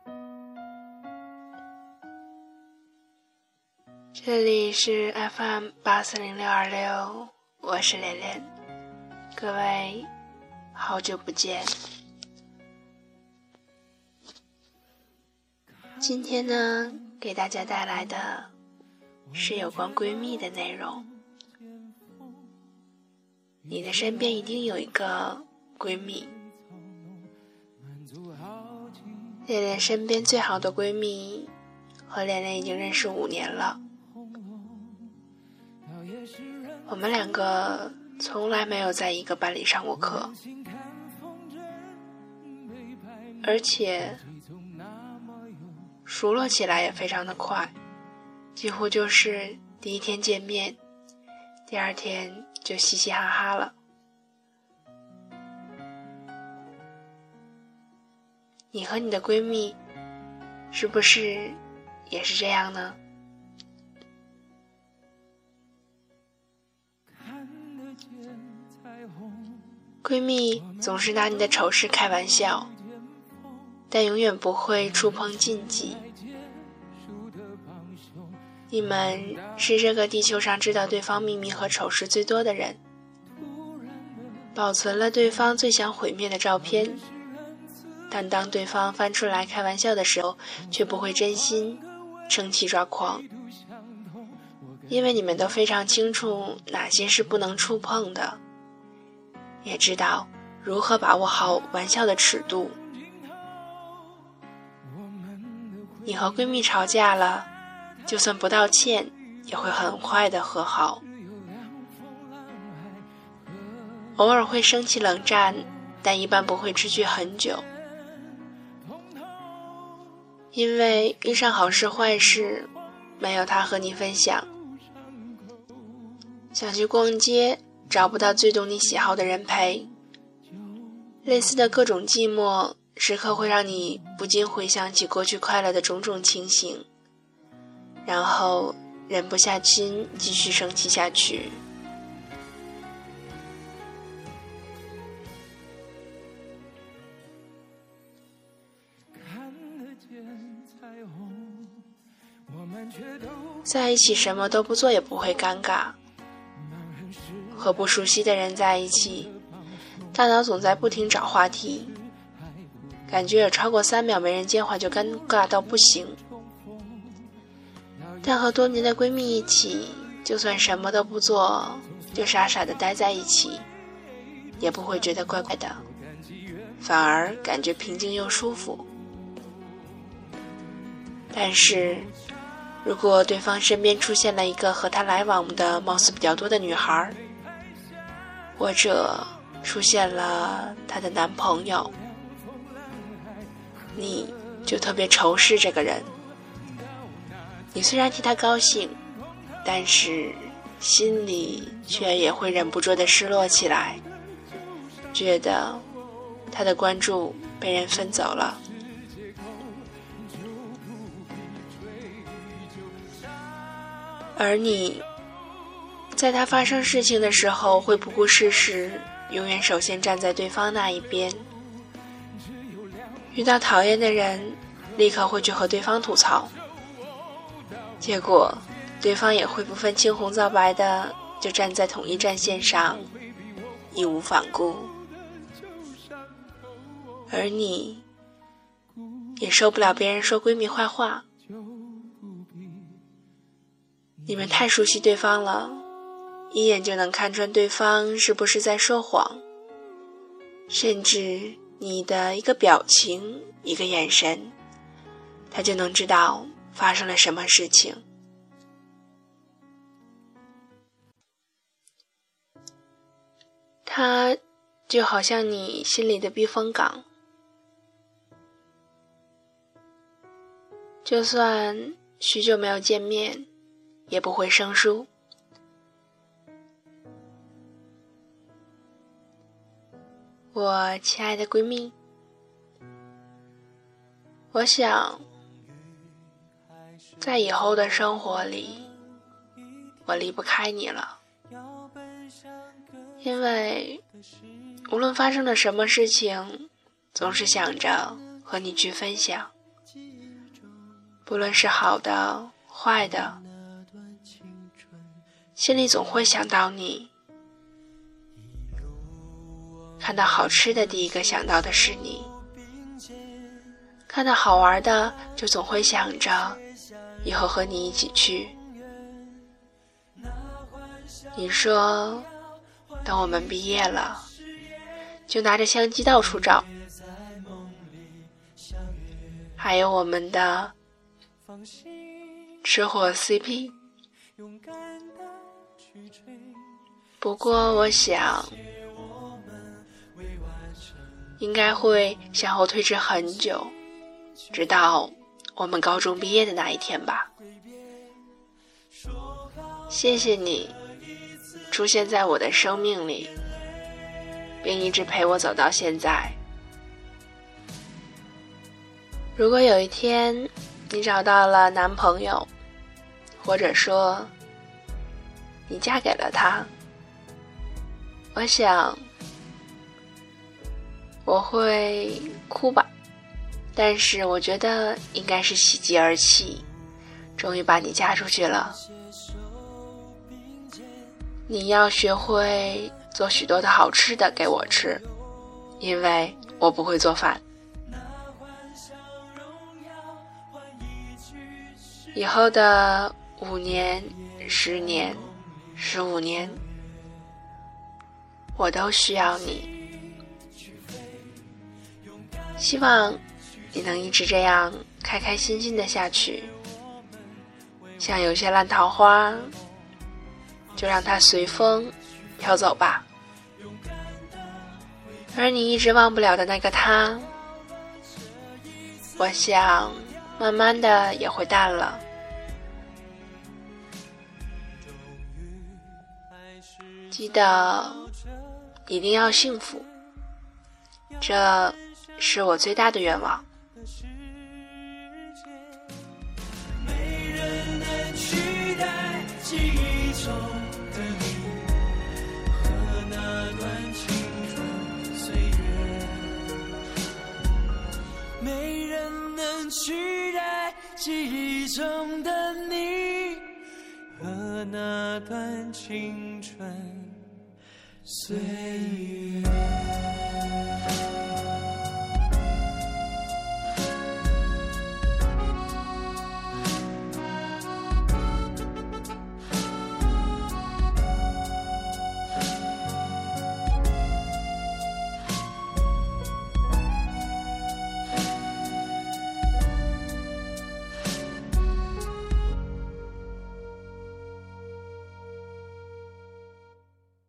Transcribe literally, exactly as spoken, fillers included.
这里是 F M 八四零六二六，我是连连，各位好久不见。今天呢，给大家带来的是有关闺蜜的内容。你的身边一定有一个闺蜜，连连身边最好的闺蜜和连连已经认识五年了。我们两个从来没有在一个班里上过课，而且熟络起来也非常的快，几乎就是第一天见面，第二天就嘻嘻哈哈了。你和你的闺蜜是不是也是这样呢？闺蜜总是拿你的丑事开玩笑，但永远不会触碰禁忌。你们是这个地球上知道对方秘密和丑事最多的人，保存了对方最想毁灭的照片，但当对方翻出来开玩笑的时候，却不会真心生气抓狂，因为你们都非常清楚哪些是不能触碰的，也知道如何把握好玩笑的尺度。你和闺蜜吵架了，就算不道歉也会很快的和好，偶尔会生气冷战，但一般不会持续很久，因为遇上好事坏事没有他和你分享。想去逛街，找不到最懂你喜好的人陪，类似的各种寂寞时刻会让你不禁回想起过去快乐的种种情形，然后忍不下心继续生气下去。在一起什么都不做也不会尴尬，和不熟悉的人在一起，大脑总在不停找话题，感觉有超过三秒没人接话就尴尬到不行。但和多年的闺蜜一起，就算什么都不做，就傻傻的待在一起，也不会觉得怪怪的，反而感觉平静又舒服。但是如果对方身边出现了一个和他来往的貌似比较多的女孩，或者出现了她的男朋友，你就特别仇视这个人。你虽然替他高兴，但是心里却也会忍不住的失落起来，觉得他的关注被人分走了。而你在他发生事情的时候会不顾事实，永远首先站在对方那一边，遇到讨厌的人立刻会去和对方吐槽，结果对方也会不分青红皂白的就站在统一战线上，义无反顾。而你也受不了别人说闺蜜坏话，你们太熟悉对方了，一眼就能看穿对方是不是在说谎，甚至你的一个表情，一个眼神，他就能知道发生了什么事情。他就好像你心里的避风港，就算许久没有见面，也不会生疏。我亲爱的闺蜜，我想在以后的生活里，我离不开你了，因为无论发生了什么事情，总是想着和你去分享。 不论是好的坏的，心里总会想到你。看到好吃的，第一个想到的是你；看到好玩的，就总会想着以后和你一起去。你说等我们毕业了，就拿着相机到处找，还有我们的吃货 C P。 不过我想应该会向后推迟很久，直到我们高中毕业的那一天吧。谢谢你出现在我的生命里，并一直陪我走到现在。如果有一天你找到了男朋友，或者说你嫁给了他，我想我会哭吧，但是我觉得应该是喜极而泣，终于把你嫁出去了。你要学会做许多的好吃的给我吃，因为我不会做饭。以后的五年、十年、十五年，我都需要你。希望你能一直这样开开心心的下去，像有些烂桃花，就让它随风飘走吧。而你一直忘不了的那个他，我想慢慢的也会淡了。记得一定要幸福，这是我最大的愿望。 没人能取代记忆中的你和那段青春岁月，没人能取代记忆中的你和那段青春岁月。